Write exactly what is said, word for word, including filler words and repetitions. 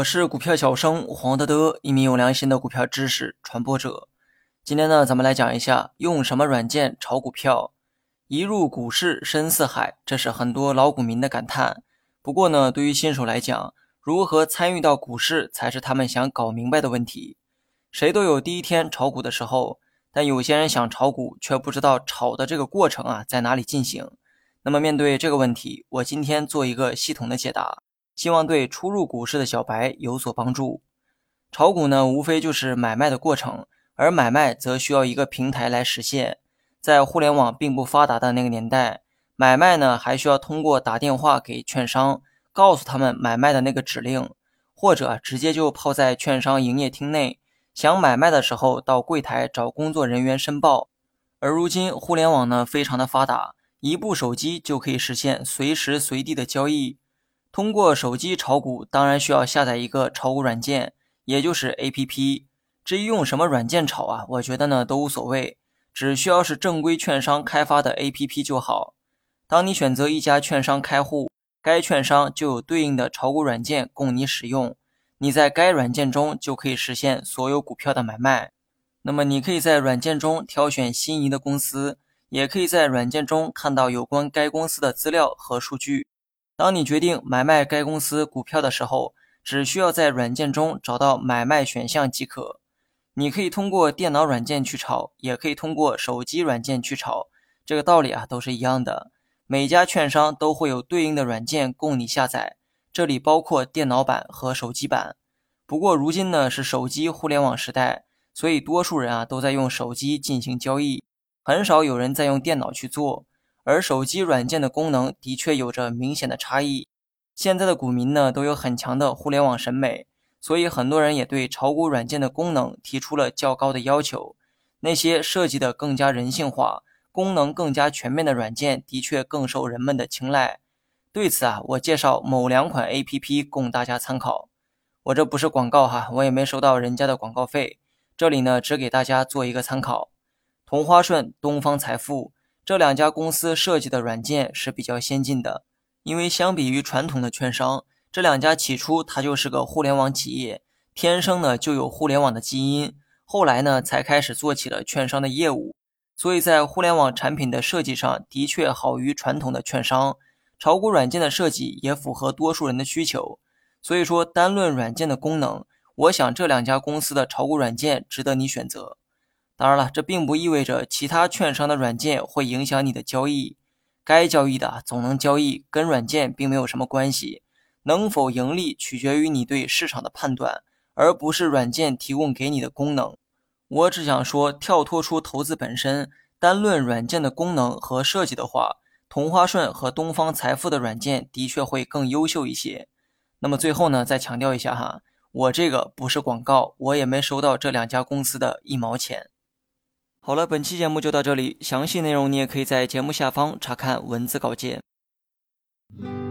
我是股票小生黄德德，一名有良心的股票知识传播者。今天呢，咱们来讲一下用什么软件炒股票。一入股市深似海，这是很多老股民的感叹。不过呢，对于新手来讲，如何参与到股市才是他们想搞明白的问题。谁都有第一天炒股的时候，但有些人想炒股却不知道炒的这个过程啊在哪里进行。那么面对这个问题，我今天做一个系统的解答，希望对初入股市的小白有所帮助。炒股呢，无非就是买卖的过程，而买卖则需要一个平台来实现。在互联网并不发达的那个年代，买卖呢还需要通过打电话给券商，告诉他们买卖的那个指令，或者直接就泡在券商营业厅内，想买卖的时候到柜台找工作人员申报。而如今互联网呢非常的发达，一部手机就可以实现随时随地的交易。通过手机炒股当然需要下载一个炒股软件，也就是 A P P。 至于用什么软件炒啊，我觉得呢都无所谓，只需要是正规券商开发的 A P P 就好。当你选择一家券商开户，该券商就有对应的炒股软件供你使用，你在该软件中就可以实现所有股票的买卖。那么你可以在软件中挑选心仪的公司，也可以在软件中看到有关该公司的资料和数据。当你决定买卖该公司股票的时候，只需要在软件中找到买卖选项即可。你可以通过电脑软件去炒，也可以通过手机软件去炒，这个道理啊都是一样的。每家券商都会有对应的软件供你下载，这里包括电脑版和手机版。不过如今呢是手机互联网时代，所以多数人啊都在用手机进行交易，很少有人在用电脑去做。而手机软件的功能的确有着明显的差异。现在的股民呢都有很强的互联网审美，所以很多人也对炒股软件的功能提出了较高的要求。那些设计的更加人性化、功能更加全面的软件的确更受人们的青睐。对此啊，我介绍某两款 A P P 供大家参考。我这不是广告哈，我也没收到人家的广告费，这里呢只给大家做一个参考。同花顺、东方财富这两家公司设计的软件是比较先进的，因为相比于传统的券商，这两家起初它就是个互联网企业，天生呢就有互联网的基因，后来呢才开始做起了券商的业务，所以在互联网产品的设计上的确好于传统的券商，炒股软件的设计也符合多数人的需求。所以说单论软件的功能，我想这两家公司的炒股软件值得你选择。当然了，这并不意味着其他券商的软件会影响你的交易，该交易的总能交易，跟软件并没有什么关系。能否盈利取决于你对市场的判断，而不是软件提供给你的功能。我只想说，跳脱出投资本身，单论软件的功能和设计的话，同花顺和东方财富的软件的确会更优秀一些。那么最后呢，再强调一下哈，我这个不是广告，我也没收到这两家公司的一毛钱。好了，本期节目就到这里，详细内容你也可以在节目下方查看文字稿件。